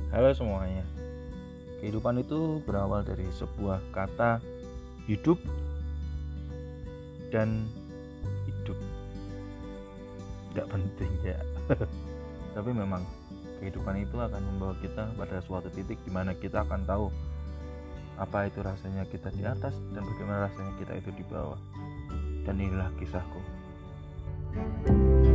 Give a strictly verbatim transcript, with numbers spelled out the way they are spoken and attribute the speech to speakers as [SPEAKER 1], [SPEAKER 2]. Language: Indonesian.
[SPEAKER 1] Halo semuanya. Kehidupan itu berawal dari sebuah kata hidup dan hidup. Tidak penting ya. Tapi memang kehidupan itu akan membawa kita pada suatu titik di mana kita akan tahu apa itu rasanya kita di atas dan bagaimana rasanya kita itu di bawah. Dan inilah kisahku.